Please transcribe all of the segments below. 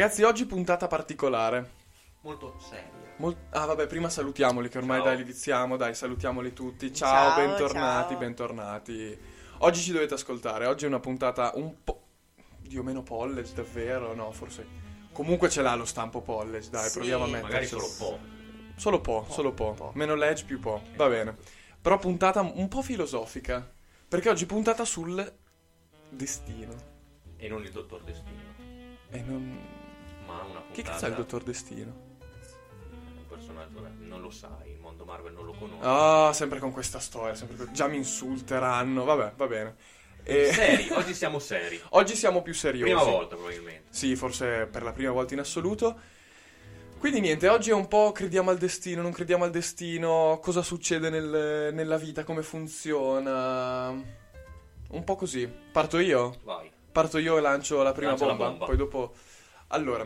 Ragazzi, oggi puntata particolare. Molto seria. Vabbè, prima salutiamoli, che ormai Ciao. dai, li iniziamo, dai, salutiamoli tutti. Ciao, Ciao, bentornati, ciao. bentornati. Oggi ci dovete ascoltare, oggi è una puntata un po'... Dio, meno college, davvero? No, forse... Comunque ce l'ha lo stampo college, dai, Sì. proviamo a Magari metterci. solo po'. Solo po'. Po'. Meno legge, più po'. Va bene. Però puntata un po' filosofica, perché oggi puntata sul destino. E non il dottor Destino. E non... Ma una puntata. Che cazzo è il dottor Destino? Un personaggio, non lo sai, il mondo Marvel non lo conosce. Ah, sempre con questa storia, già mi insulteranno, vabbè, va bene. Seri, oggi siamo seri. Oggi siamo più seriosi. Prima volta probabilmente. Sì, forse per la prima volta in assoluto. Quindi niente, oggi è un po' crediamo al destino, non crediamo al destino, cosa succede nella vita, come funziona. Un po' così. Parto io? Vai. Parto io e lancio la prima Lancia la bomba, bomba. poi dopo... Allora,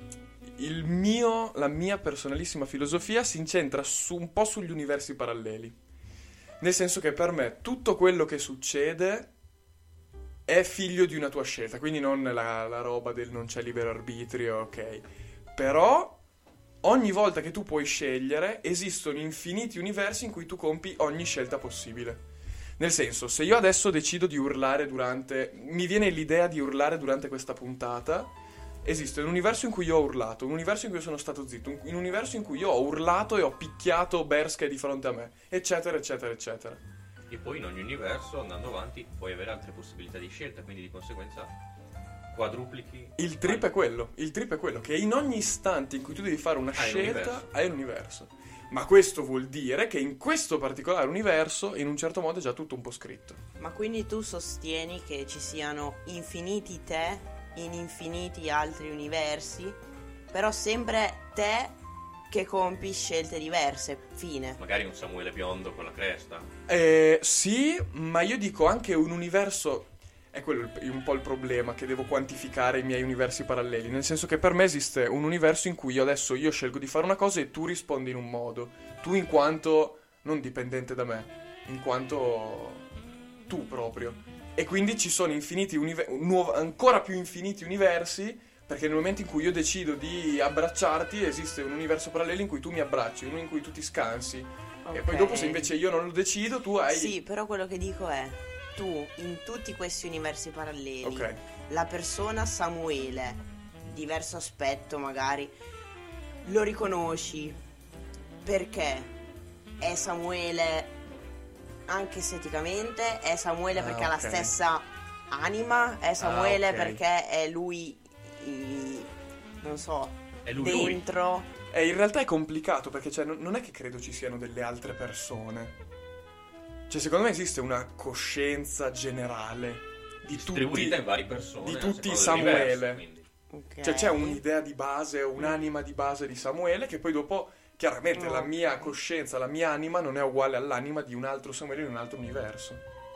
la mia personalissima filosofia si incentra un po' sugli universi paralleli. Nel senso che per me tutto quello che succede è figlio di una tua scelta, quindi non la roba del non c'è libero arbitrio, ok. Però ogni volta che tu puoi scegliere esistono infiniti universi in cui tu compi ogni scelta possibile. Nel senso, se io adesso decido di urlare mi viene l'idea di urlare durante questa puntata, esiste un universo in cui io ho urlato, un universo in cui io sono stato zitto, un universo in cui io ho urlato e ho picchiato Berska di fronte a me, eccetera, eccetera, eccetera. E poi in ogni universo, andando avanti, puoi avere altre possibilità di scelta, quindi di conseguenza quadruplichi. Il trip è quello, che in ogni istante in cui tu devi fare una Hai scelta hai un universo. Ma questo vuol dire che in questo particolare universo, in un certo modo, è già tutto un po' scritto. Ma quindi tu sostieni che ci siano infiniti te in infiniti altri universi, però sempre te che compi scelte diverse, fine. Magari un Samuele biondo con la cresta. Sì, ma io dico anche un universo... È quello un po' il problema, che devo quantificare i miei universi paralleli. Nel senso che per me esiste un universo in cui io scelgo di fare una cosa e tu rispondi in un modo. Tu in quanto non dipendente da me, in quanto tu proprio. E quindi ci sono infiniti ancora più infiniti universi, perché nel momento in cui io decido di abbracciarti esiste un universo parallelo in cui tu mi abbracci, uno in cui tu ti scansi. E poi Ok. dopo, se invece io non lo decido, tu hai... Sì, però quello che dico è, tu in tutti questi universi paralleli, Ok. la persona Samuele, diverso aspetto magari, lo riconosci perché è Samuele anche esteticamente, è Samuele perché ha la ok. stessa anima, è Samuele ok. perché è lui, non so, È lui. dentro. In realtà è complicato perché non è che credo ci siano delle altre persone. Cioè, secondo me esiste una coscienza generale di Distribuita in tutti. varie persone. di a tutti seconda dell'universo, Samuele. quindi. Ok. Cioè, c'è un'idea di base, un'anima di base di Samuele che poi dopo, chiaramente, la mia coscienza, la mia anima non è uguale all'anima di un altro Samuele in un altro universo.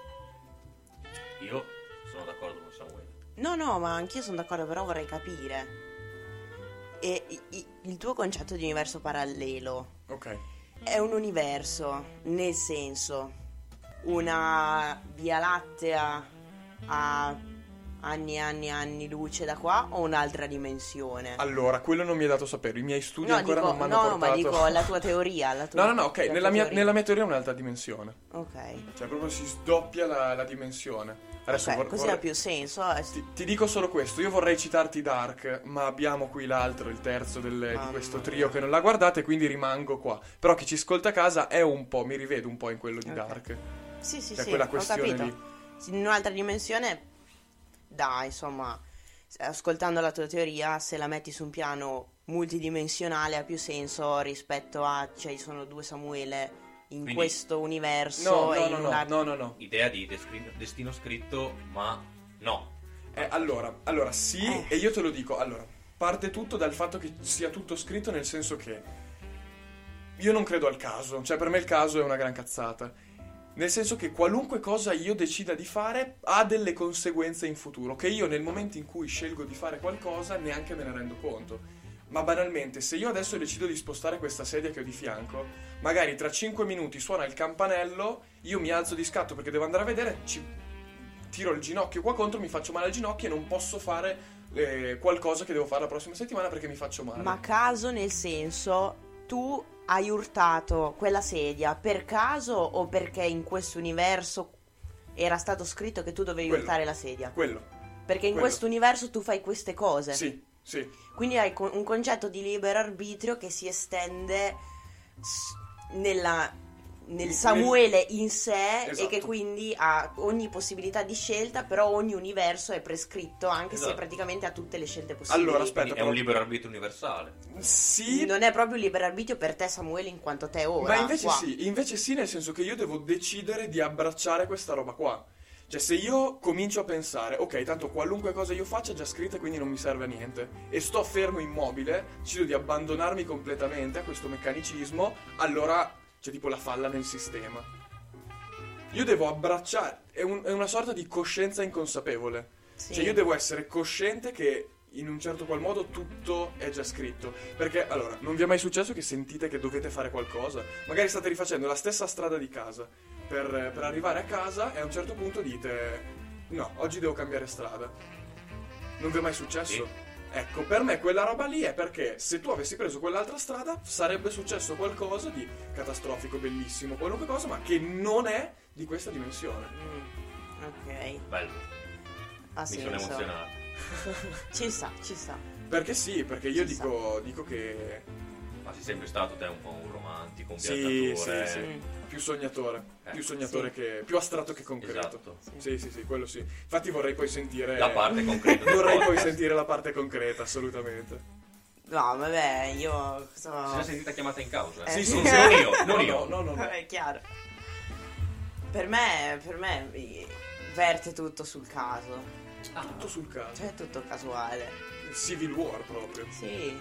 Io sono d'accordo con Samuele. No, ma anch'io sono d'accordo, però vorrei capire. E il tuo concetto di universo parallelo Ok. è un universo, nel senso, una Via Lattea a anni e anni e anni luce da qua o un'altra dimensione? Allora, quello non mi è dato sapere. I miei studi No, ancora dico, non mi hanno no, portato... ma dico la tua teoria. No, ok. la tua Nella mia teoria. teoria è un'altra dimensione. Ok. Cioè, proprio si sdoppia la dimensione. Adesso Ok, così vorrei- ha più senso. Ti dico solo questo, io vorrei citarti Dark, ma abbiamo qui l'altro, il terzo di Mamma questo mia. trio che non l'ha guardate, quindi rimango qua. Però chi ci ascolta a casa è un po', mi rivedo un po' in quello di Ok. Dark. Sì, sì, Cioè, sì, quella ho questione capito. lì. In un'altra dimensione, dai, insomma, ascoltando la tua teoria, se la metti su un piano multidimensionale ha più senso rispetto a, cioè, ci sono due Samuele in Quindi- questo universo No, e no, in no, una... no, no, no. Idea di destino scritto, ma no. Allora, sì, e io te lo dico, allora, parte tutto dal fatto che sia tutto scritto, nel senso che io non credo al caso, cioè per me il caso è una gran cazzata. Nel senso che qualunque cosa io decida di fare ha delle conseguenze in futuro, che io nel momento in cui scelgo di fare qualcosa neanche me ne rendo conto. Ma banalmente, se io adesso decido di spostare questa sedia che ho di fianco, magari tra 5 minuti suona il campanello, io mi alzo di scatto perché devo andare a vedere, tiro il ginocchio qua contro, mi faccio male al ginocchio e non posso fare qualcosa che devo fare la prossima settimana perché mi faccio male. Ma caso nel senso, tu hai urtato quella sedia per caso o perché in questo universo era stato scritto che tu dovevi Quello. urtare la sedia? Quello. Perché in quello. questo universo tu fai queste cose. Sì, sì. Quindi hai un concetto di libero arbitrio che si estende nel Samuele in sé, Esatto. e che quindi ha ogni possibilità di scelta, però ogni universo è prescritto, anche se Esatto. praticamente ha tutte le scelte possibili. Allora, aspetta. Quindi è un libero arbitrio universale. Sì, Non è proprio libero arbitrio per te, Samuele, in quanto te ora. ma invece qua. sì, invece sì, nel senso che io devo decidere di abbracciare questa roba qua. Cioè, se io comincio a pensare, ok, tanto qualunque cosa io faccia è già scritta, quindi non mi serve a niente, e sto fermo immobile, decido di abbandonarmi completamente a questo meccanicismo, allora c'è tipo la falla nel sistema. Io devo abbracciare, è una sorta di coscienza inconsapevole. Sì. Cioè, io devo essere cosciente che in un certo qual modo tutto è già scritto. Perché, allora, non vi è mai successo che sentite che dovete fare qualcosa? Magari state rifacendo la stessa strada di casa per arrivare a casa e a un certo punto dite no, oggi devo cambiare strada. Non vi è mai successo? Sì. Ecco, per me quella roba lì è perché se tu avessi preso quell'altra strada sarebbe successo qualcosa di catastrofico, bellissimo, qualunque cosa, ma che non è di questa dimensione. Ok, Bello, ha mi sono senso. emozionato. Ci sta, ci sta. Perché sì, perché io Ci dico che Ma sei sempre stato te un po' un romantico, un sì, viaggiatore. sì, Mm. più sognatore, più Sì. sognatore che più astratto che concreto. Esatto. Sì, quello sì. Infatti vorrei poi sentire La parte concreta del vorrei poi podcast. sentire la parte concreta, assolutamente. No, vabbè, io Si è già sentita chiamata in causa. Sì, sì, non, sì. non io, non io. No. È chiaro. Per me verte tutto sul caso. Tutto sul caso. Cioè, è tutto casuale. Civil War proprio. Sì.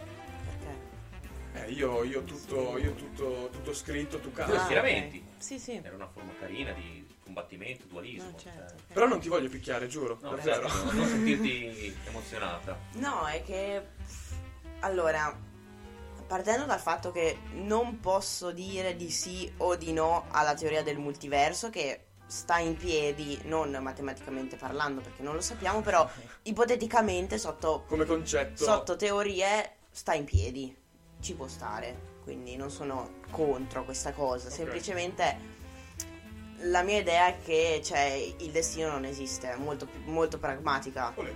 Perché? Io tutto scritto, tu Due caso. schieramenti. ok. Sì, sì. Era una forma carina di combattimento, dualismo. No, certo, cioè. ok. Però non ti voglio picchiare, giuro. No, davvero. certo, non sentirti emozionata. No, è che allora, partendo dal fatto che non posso dire di sì o di no alla teoria del multiverso, che sta in piedi, non matematicamente parlando perché non lo sappiamo, però ipoteticamente sotto Come concetto. teorie sta in piedi, ci può stare, quindi non sono contro questa cosa, Ok. semplicemente la mia idea è che il destino non esiste, è molto pragmatica, Olè.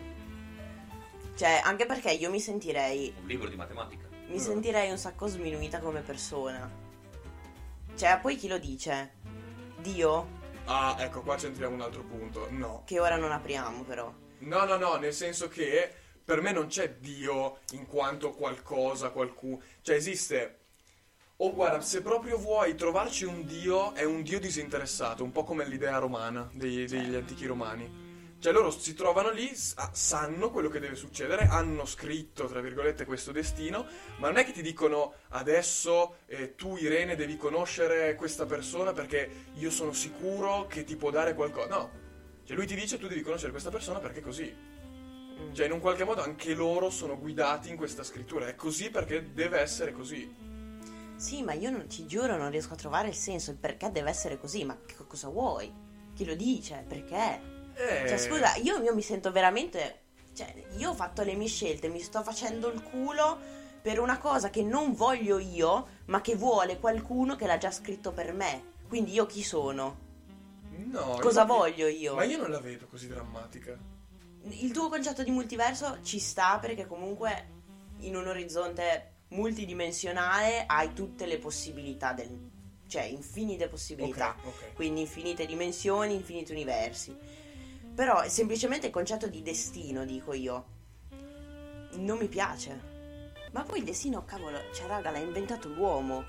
cioè anche perché io mi sentirei Un libro di matematica. un sacco sminuita come persona, cioè poi chi lo dice? Dio? Ah, ecco, qua c'entriamo un altro punto. No. Che ora non apriamo però. No, nel senso che per me non c'è Dio in quanto qualcosa, qualcuno. Cioè esiste. Oh, guarda, se proprio vuoi trovarci un Dio, è un Dio disinteressato, un po' come l'idea romana degli antichi romani. Cioè loro si trovano lì, sanno quello che deve succedere, hanno scritto, tra virgolette, questo destino, ma non è che ti dicono adesso tu Irene devi conoscere questa persona perché io sono sicuro che ti può dare qualcosa. No, cioè lui ti dice tu devi conoscere questa persona perché è così. Cioè in un qualche modo anche loro sono guidati in questa scrittura, è così perché deve essere così. Sì, ma io non, ti giuro non riesco a trovare il senso, il perché deve essere così, ma cosa vuoi? Chi lo dice? Perché? Cioè scusa, io mi sento veramente, cioè io ho fatto le mie scelte, mi sto facendo il culo per una cosa che non voglio io, ma che vuole qualcuno che l'ha già scritto per me. Quindi io chi sono? No, Cosa io- voglio io? Ma io non la vedo così drammatica. Il tuo concetto di multiverso ci sta perché comunque in un orizzonte multidimensionale hai tutte le possibilità cioè infinite possibilità. Ok. Quindi infinite dimensioni, infiniti universi. Però è semplicemente il concetto di destino, dico io, non mi piace. Ma poi il destino, cavolo, cioè raga, l'ha inventato l'uomo.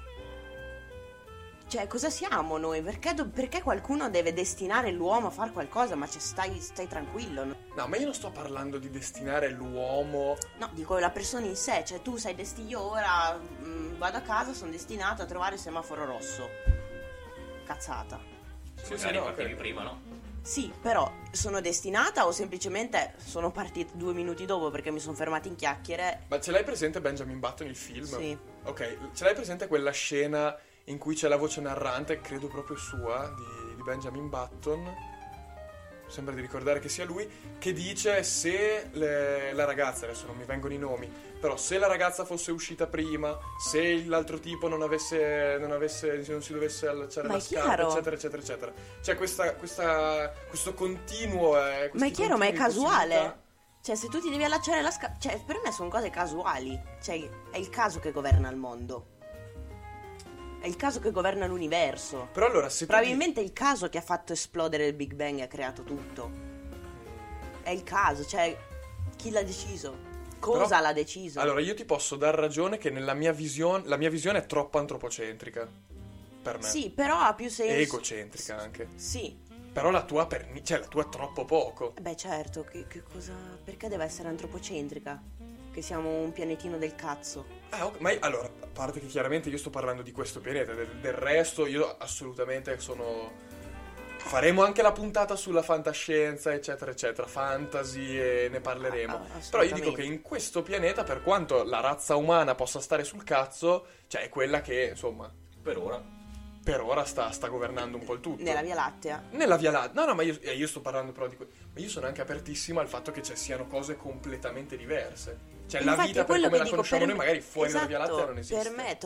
Cioè, cosa siamo noi? Perché qualcuno deve destinare l'uomo a fare qualcosa? Ma stai tranquillo. No, ma io non sto parlando di destinare l'uomo. No, dico la persona in sé. Cioè, tu sei io ora vado a casa, sono destinato a trovare il semaforo rosso. Cazzata. Sì, Magari no, partivi ok. prima, no? Sì, però sono destinata o semplicemente sono partita 2 minuti dopo perché mi sono fermata in chiacchiere? Ma ce l'hai presente Benjamin Button, il film? Sì. Ok, ce l'hai presente quella scena in cui c'è la voce narrante, credo proprio sua, di Benjamin Button? sembra di ricordare che sia lui, che dice se la ragazza, adesso non mi vengono i nomi, però se la ragazza fosse uscita prima, se l'altro tipo non si dovesse allacciare Ma la è scarpa, chiaro. eccetera, eccetera, eccetera. C'è questo continuo... Ma è chiaro, ma è casuale. possibilità. Cioè, se tu ti devi allacciare la scarpa... Cioè, per me sono cose casuali. Cioè, è il caso che governa il mondo. È il caso che governa l'universo. Però allora, se tu Probabilmente è il caso che ha fatto esplodere il Big Bang e ha creato tutto. È il caso, cioè, chi l'ha deciso? Cosa Però- l'ha deciso? Allora, io ti posso dar ragione che nella mia visione, la mia visione è troppo antropocentrica, per me. Sì, però ha più senso. E egocentrica anche. Sì. Però la tua la tua è troppo poco. Beh, certo, che cosa... Perché deve essere antropocentrica? Che siamo un pianetino del cazzo. Ah, ok. Ma allora, a parte che chiaramente io sto parlando di questo pianeta, del resto io assolutamente sono... Faremo anche la puntata sulla fantascienza, eccetera, eccetera, fantasy, e ne parleremo. Però io dico che in questo pianeta, per quanto la razza umana possa stare sul cazzo, cioè è quella che, insomma, Per ora. per ora sta governando un po' il tutto. Nella Via Lattea. Nella Via Lattea. No, ma io sto parlando però di ma io sono anche apertissimo al fatto che ci siano cose completamente diverse. Cioè la Infatti, vita è per quello come che la dico, conosciamo per noi me- magari fuori dalla Via esatto, Lattea non esiste. Per me è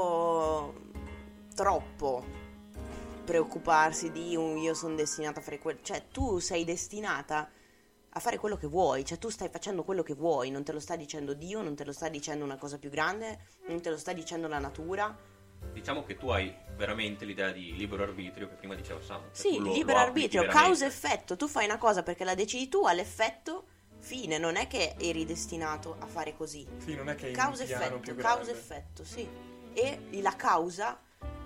troppo preoccuparsi di un io sono destinata a fare quello. Cioè, tu sei destinata a fare quello che vuoi. Cioè, tu stai facendo quello che vuoi. Non te lo sta dicendo Dio, non te lo sta dicendo una cosa più grande, non te lo sta dicendo la natura. Diciamo che tu hai veramente l'idea di libero arbitrio che prima diceva Sam. Cioè, Sì, tu lo libero applichi arbitrio, veramente. causa-effetto. Tu fai una cosa perché la decidi tu, all'effetto, fine. Non è che eri destinato a fare così. Sì, non è che è in un piano Causa-effetto, più grande. causa-effetto, sì. E la causa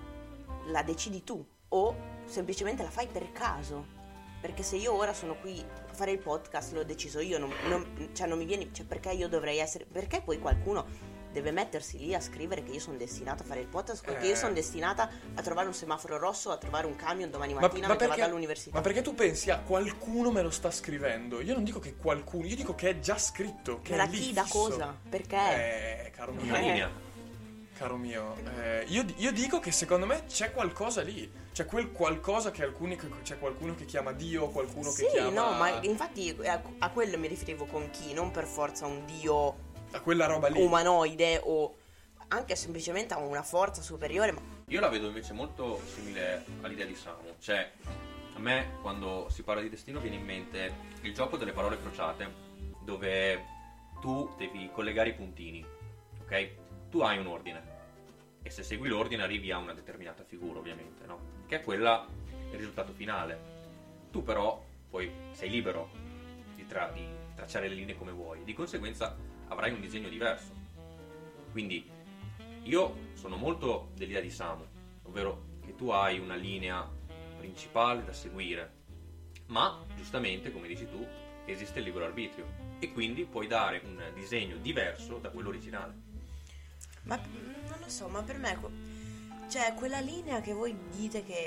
la decidi tu o semplicemente la fai per caso. Perché se io ora sono qui a fare il podcast, l'ho deciso io, cioè non mi viene, cioè perché io dovrei essere, perché poi qualcuno deve mettersi lì a scrivere che io sono destinata a fare il podcast, perché io sono destinata a trovare un semaforo rosso, a trovare un camion domani mattina mentre vado all'università. Ma perché tu pensi a qualcuno me lo sta scrivendo? Io non dico che qualcuno, io dico che è già scritto, che Ma è da lì chi, da fisso. cosa? Perché? Caro Una mio. linea. Caro mio, io dico che secondo me c'è qualcosa lì. C'è quel qualcosa che c'è qualcuno che chiama Dio, qualcuno Sì, che chiama... no, ma infatti a quello mi riferivo con chi, non per forza un dio a quella roba lì. umanoide o anche semplicemente a una forza superiore, ma Io la vedo invece molto simile all'idea di Samu. Cioè, a me quando si parla di destino viene in mente il gioco delle parole crociate, dove tu devi collegare i puntini, ok? Tu hai un ordine e se segui l'ordine arrivi a una determinata figura, ovviamente, no? Che è quella del risultato finale. Tu però poi sei libero di tracciare le linee come vuoi, di conseguenza avrai un disegno diverso. Quindi io sono molto dell'idea di Samu, ovvero che tu hai una linea principale da seguire, ma giustamente, come dici tu, esiste il libero arbitrio e quindi puoi dare un disegno diverso da quello originale. Ma non lo so, ma per me cioè quella linea che voi dite che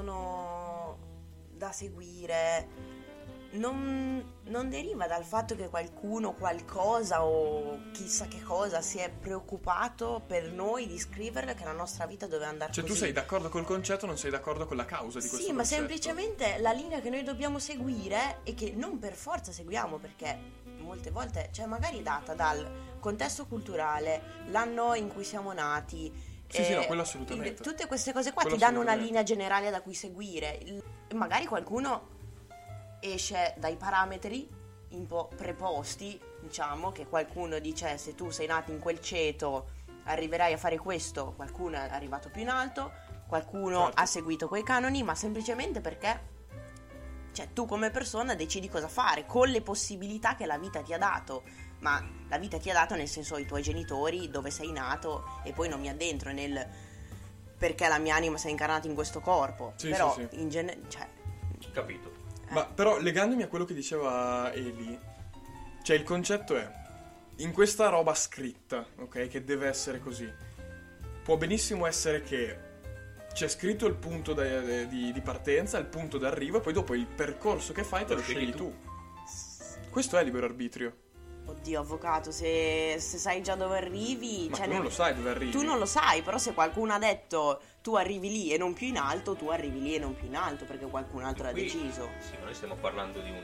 sono da seguire non deriva dal fatto che qualcuno, qualcosa o chissà che cosa si è preoccupato per noi di scriverle che la nostra vita doveva andare Cioè così. tu sei d'accordo col concetto, non sei d'accordo con la causa di questo Sì, ma concetto. semplicemente la linea che noi dobbiamo seguire e che non per forza seguiamo, perché molte volte, cioè magari è data dal contesto culturale, l'anno in cui siamo nati. Sì, no, quello assolutamente. Tutte queste cose qua Quello ti danno una assolutamente. linea generale da cui seguire. Magari qualcuno esce dai parametri un po' preposti, diciamo, che qualcuno dice se tu sei nato in quel ceto arriverai a fare questo, qualcuno è arrivato più in alto, qualcuno Certo. ha seguito quei canoni, ma semplicemente perché cioè tu come persona decidi cosa fare con le possibilità che la vita ti ha dato. Ma la vita ti ha dato nel senso i tuoi genitori, dove sei nato, e poi non mi addentro nel perché la mia anima si è incarnata in questo corpo. Sì, però sì. in genere, cioè, Capito? Ma però legandomi a quello che diceva Eli, cioè il concetto è, in questa roba scritta, ok, che deve essere così, può benissimo essere che c'è scritto il punto di partenza, il punto d'arrivo, e poi dopo il percorso che fai te lo scegli tu. Questo è libero arbitrio. Oddio, avvocato, se sai già dove arrivi... Ma cioè, tu non lo sai dove arrivi. Tu non lo sai, però se qualcuno ha detto tu arrivi lì e non più in alto, tu arrivi lì e non più in alto, perché qualcun altro l'ha Qui, deciso. Sì, ma noi stiamo parlando di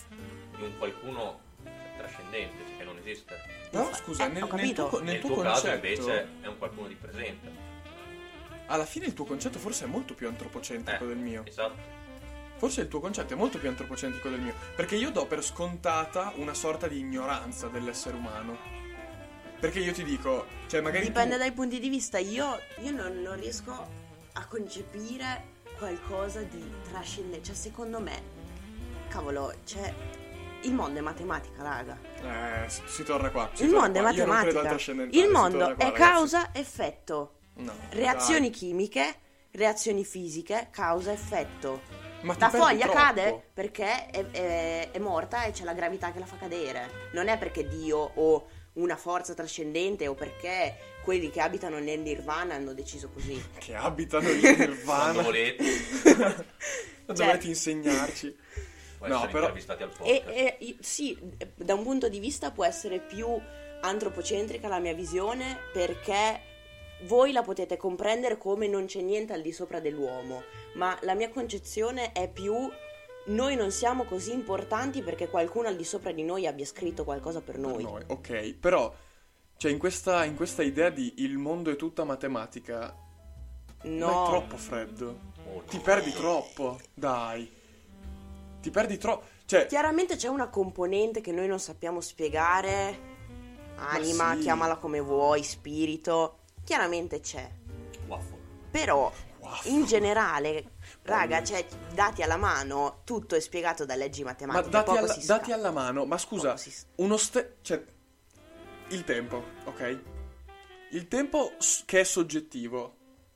un qualcuno trascendente, che non esiste. Però scusa, ho capito. nel Nel tuo tuo caso concetto, invece è un qualcuno di presente. alla fine il tuo concetto forse è molto più antropocentrico del mio. Esatto. Forse il tuo concetto è molto più antropocentrico del mio, perché io do per scontata una sorta di ignoranza dell'essere umano. Perché io ti dico, cioè magari Dipende tu... dai punti di vista. Io non riesco a concepire qualcosa di trascendente. Cioè, secondo me, cavolo, cioè, il mondo è matematica, raga. si torna qua. Il mondo è Io non credo al matematica. trascendentale, Il si mondo torna qua, è ragazzi. causa-effetto. No, Reazioni dai. chimiche, reazioni fisiche, causa-effetto. Ma ti La perdi foglia troppo. cade perché è morta e c'è la gravità che la fa cadere. Non è perché Dio o una forza trascendente o perché quelli che abitano nel Nirvana hanno deciso così. Che abitano in Quando Nirvana. volete, Quando Cioè- volete insegnarci. può No, essere però- intervistati al podcast. Sì, da un punto di vista può essere più antropocentrica la mia visione, perché voi la potete comprendere come non c'è niente al di sopra dell'uomo, ma la mia concezione è più: noi non siamo così importanti perché qualcuno al di sopra di noi abbia scritto qualcosa per noi. Ok, però, cioè in questa idea di il mondo è tutta matematica, ma è No, troppo freddo. Molto. Ti perdi troppo, dai. Ti perdi troppo. Cioè, chiaramente c'è una componente che noi non sappiamo spiegare, anima, sì. chiamala come vuoi, spirito, chiaramente c'è. Waffle. Però Wow. in generale, raga, cioè, dati alla mano, tutto è spiegato da leggi ma matematiche. dati, poco si dati scappa. alla mano, ma scusa, Poco si s- cioè, il tempo, ok? Il tempo che è soggettivo.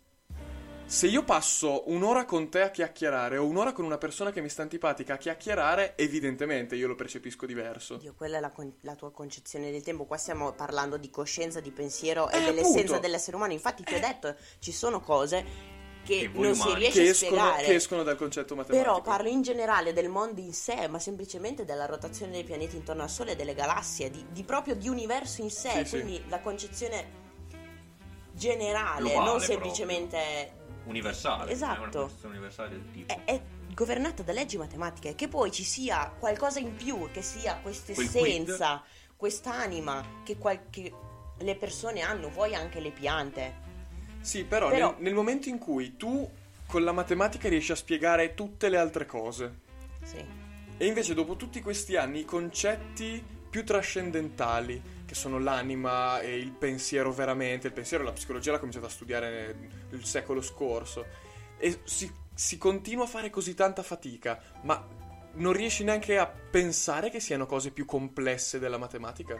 Se io passo un'ora con te a chiacchierare o un'ora con una persona che mi sta antipatica a chiacchierare, evidentemente io lo percepisco diverso. Oddio, quella è la tua concezione del tempo. Qua stiamo parlando di coscienza, di pensiero e Appunto. dell'essenza dell'essere umano. Infatti ti ho detto, ci sono cose che Che voi non si umani- riesce Che a escono, spiegare. che escono dal concetto matematico. Però parlo in generale del mondo in sé, ma semplicemente della rotazione dei pianeti intorno al Sole, delle galassie, di proprio di universo in sé. Sì, sì. Quindi la concezione generale, Globale, non proprio. semplicemente Universale. Esatto. È una concezione universale del tipo. è governata da leggi matematiche. Che poi ci sia qualcosa in più, che sia questa Quel essenza, quest'anima che le persone hanno, vuoi anche le piante. Sì, però, Però- nel momento in cui tu con la matematica riesci a spiegare tutte le altre cose, Sì. e invece dopo tutti questi anni i concetti più trascendentali, che sono l'anima e il pensiero veramente, il pensiero e la psicologia l'ha cominciata a studiare nel secolo scorso, e si continua a fare così tanta fatica, ma non riesci neanche a pensare che siano cose più complesse della matematica?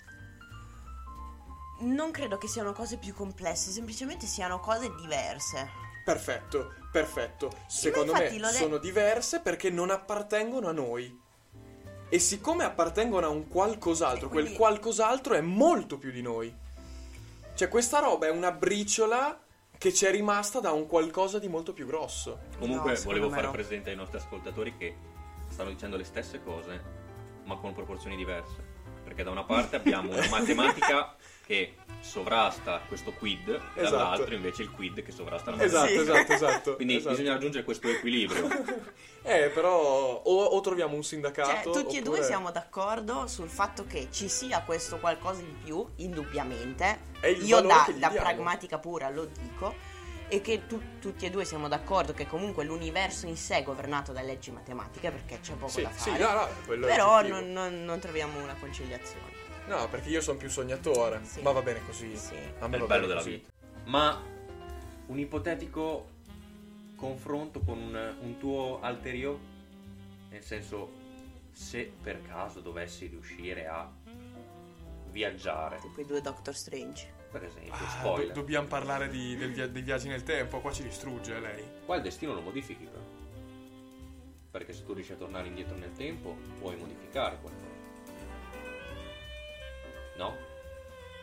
Non credo che siano cose più complesse, semplicemente siano cose diverse. Perfetto, perfetto. Secondo me infatti sono diverse perché non appartengono a noi. E siccome appartengono a un qualcos'altro, E quindi- quel qualcos'altro è molto più di noi. Cioè questa roba è una briciola che ci è rimasta da un qualcosa di molto più grosso. Comunque No, secondo volevo me far no. presente ai nostri ascoltatori che stanno dicendo le stesse cose, ma con proporzioni diverse. Perché da una parte abbiamo una matematica che sovrasta questo quid, e Esatto. dall'altro invece il quid che sovrasta la Esatto, matematica. esatto. Quindi esatto. bisogna raggiungere questo equilibrio. Però o troviamo un Cioè, sindacato tutti e due oppure- siamo d'accordo sul fatto che ci sia questo qualcosa in più, indubbiamente. È il Io valore che gli da diamo. pragmatica pura lo dico. E che tutti e due siamo d'accordo che comunque l'universo in sé è governato da leggi matematiche, perché c'è poco Sì, da sì, fare. no, quello è Però oggettivo. non troviamo una conciliazione. No, perché io sono più sognatore. Sì. Ma va bene così. Sì. A me È va il bello bene della così. vita. Ma un ipotetico confronto con un tuo alter io? Nel senso, se per caso dovessi riuscire a viaggiare, Tipo i due Doctor Strange. per esempio, Ah, spoiler, dobbiamo parlare dei viaggi nel tempo, qua ci distrugge lei. qua il destino lo modifichi però. Perché se tu riesci a tornare indietro nel tempo, puoi modificare qualcosa. No?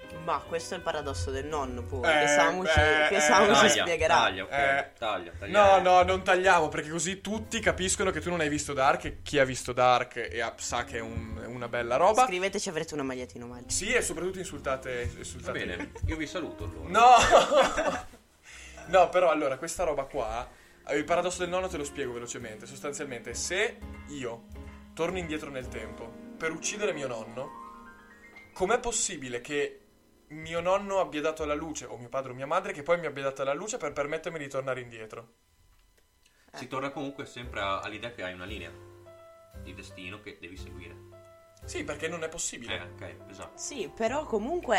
Ma questo è il paradosso del nonno, poi. Eh, Che Samu ci spiegherà. Taglia, ok. Taglia. No, non tagliamo, perché così tutti capiscono che tu non hai visto Dark, e chi ha visto Dark sa che è una bella roba. Scriveteci, avrete una magliettina omaggio. Sì, e soprattutto insultate. Va bene, io vi saluto allora. No! No, però allora, questa roba qua, il paradosso del nonno te lo spiego velocemente. Sostanzialmente, se io torno indietro nel tempo per uccidere mio nonno, com'è possibile che mio nonno abbia dato alla luce, o mio padre o mia madre, che poi mi abbia dato alla luce per permettermi di tornare indietro? Si torna comunque sempre all'idea che hai una linea di destino che devi seguire. Sì, perché non è possibile. Ok, esatto. Sì, però comunque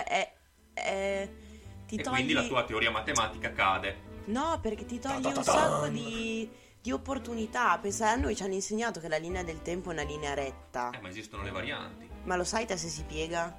ti E togli... quindi la tua teoria matematica cade. No, perché ti togli un sacco di opportunità. Pensa, a noi ci hanno insegnato che la linea del tempo è una linea retta. Ma esistono le varianti. Ma lo sai te se si piega?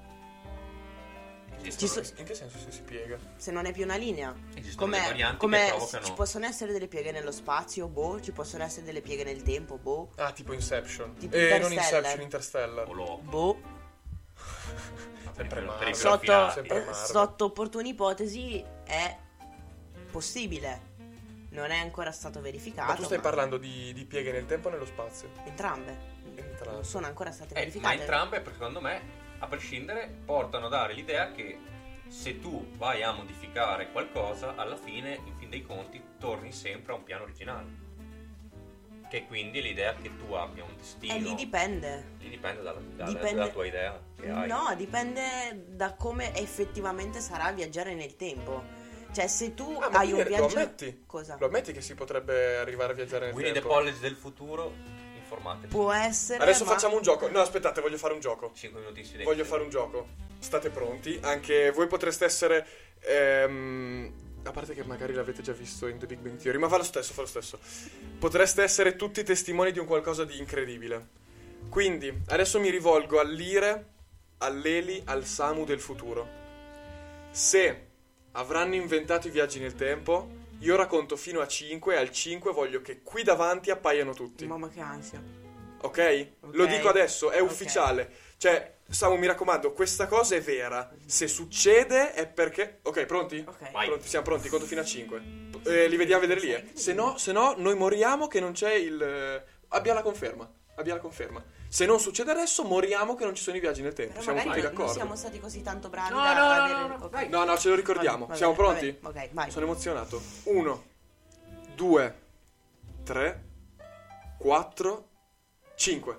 In che senso se si piega? Se non è più una linea. Esistono le varianti che Come provocano. ci possono essere delle pieghe nello spazio, boh. Ci possono essere delle pieghe nel tempo, boh. Ah, tipo Inception. Tipo Non Interstellar. Inception, Interstellar. O lo- Boh. Sempre per i Marvel. graffiati. Sempre Marvel. Sotto opportune ipotesi è possibile. Non è ancora stato verificato. Ma tu stai parlando di pieghe nel tempo o nello spazio? Entrambe. Entrambe. Non sono ancora state Ma verificate. entrambe, secondo me, a prescindere, portano a dare l'idea che se tu vai a modificare qualcosa, alla fine, in fin dei conti, torni sempre a un piano originale. Che quindi è l'idea che tu abbia un destino. E lì dipende. Lì dipende Dipende- dalla tua idea che hai. No, dipende da come effettivamente sarà viaggiare nel tempo. Cioè, se tu Ah, ma hai un quindi viaggio. lo ammetti? Cosa? Lo ammetti che si potrebbe arrivare a viaggiare nel Winnie the tempo? College del futuro, informatevi. Può essere. Adesso ma... facciamo un gioco. No, aspettate, voglio fare un gioco. 5 minuti in silenzio. Voglio fare un gioco. State pronti? Anche voi potreste essere... a parte che magari l'avete già visto in The Big Bang Theory, ma fa lo stesso. Potreste essere tutti testimoni di un qualcosa di incredibile. Quindi, adesso mi rivolgo all'Ire, all'Eli, al Samu del futuro. Se avranno inventato i viaggi nel tempo, io racconto fino a 5 e al 5 voglio che qui davanti appaiano tutti. Mamma che ansia. Ok? Lo dico adesso, è Ok. ufficiale. Cioè, Samu, mi raccomando, questa cosa è vera. Se succede è perché... Ok, pronti? Ok. Vai. Pronti, siamo pronti, conto fino a 5. Li vediamo a vedere lì, eh. Se no, noi moriamo che non c'è il... Abbia la conferma. Se non succede adesso, moriamo che non ci sono i viaggi nel tempo. Però Siamo tutti magari non d'accordo? siamo stati così tanto bravi No, da no, no, avere... no, ok. vai. No, ce lo ricordiamo. Va Siamo bene, pronti? va bene. Ok, vai. Sono emozionato. 1, 2, 3, 4, 5.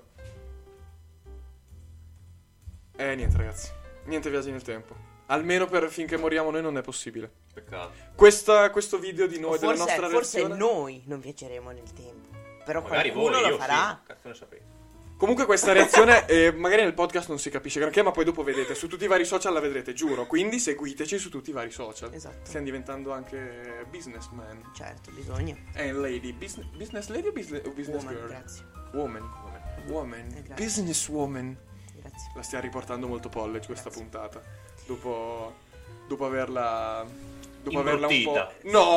Niente ragazzi. Niente viaggi nel tempo. Almeno per finché moriamo noi non è possibile. Peccato. Questo video di noi, della nostra Forse reazione... noi non viaggeremo nel tempo. Però Magari qualcuno voi, lo io farà. sì. Cazzo ne sapete. Comunque questa reazione magari nel podcast non si capisce granché, ma poi dopo vedete, su tutti i vari social la vedrete, giuro. Quindi seguiteci su tutti i vari social. Esatto. Stiamo diventando anche businessman. Certo, bisogna. Lady, business lady o business Woman, girl? grazie. Woman. Grazie. Businesswoman. Grazie. La stia riportando molto college questa puntata. Dopo averla un po'... Imbruttita.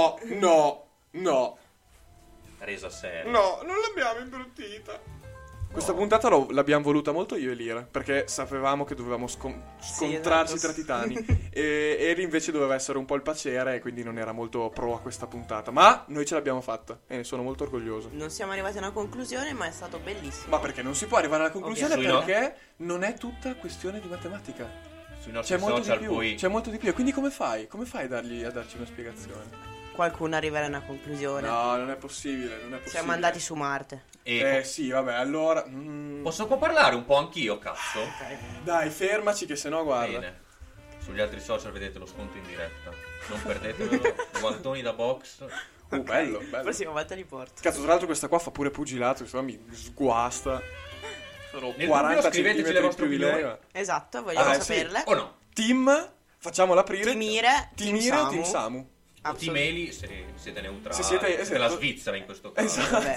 No, Resa seria. non l'abbiamo imbruttita. Questa puntata l'abbiamo voluta molto io e Lira, perché sapevamo che dovevamo scontrarci esatto. tra titani. e Eri invece doveva essere un po' il paciere, e quindi non era molto pro a questa puntata. Ma noi ce l'abbiamo fatta e ne sono molto orgoglioso. Non siamo arrivati a una conclusione, ma è stato bellissimo. Ma perché non si può arrivare alla conclusione? Ok. Perché non è tutta questione di matematica. Sui nostri C'è molto di social più. poi C'è molto di più. E quindi come fai? Come fai a darci una spiegazione? Qualcuno arriverà a una conclusione. No, non è possibile. Siamo andati su Marte. Sì, vabbè, allora. Posso parlare un po' anch'io, cazzo? Dai, fermaci che sennò guarda. Bene. Sugli altri social vedete lo sconto in diretta. Non perdetevelo. Guantoni da box. Bello. Prossima volta li porto. Cazzo, tra l'altro questa qua fa pure pugilato, se no mi sguasta. Sono Nel 40 dubbio scriveteci centimetri le più vostre di opinioni. lei. Esatto, vogliamo sì. saperle. O no? Team, facciamola aprire. Team Ire, Team Ire o Team Samu? O Team Eli se siete neutrali. Se siete- esatto. Della Svizzera in questo caso. Esatto. Vabbè.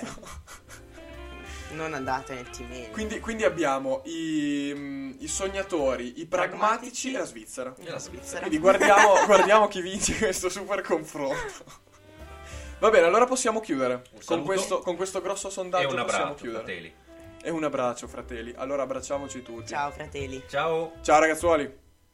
Non andate nel team Ire. Quindi abbiamo i sognatori, i pragmatici e la Svizzera. E la Svizzera. Quindi guardiamo chi vince questo super confronto. Va bene, allora possiamo chiudere. Un Con saluto. questo grosso E sondaggio un possiamo abbraccio, chiudere. fratelli. E un abbraccio, fratelli. Allora abbracciamoci tutti. Ciao fratelli. Ciao. Ciao ragazzuoli.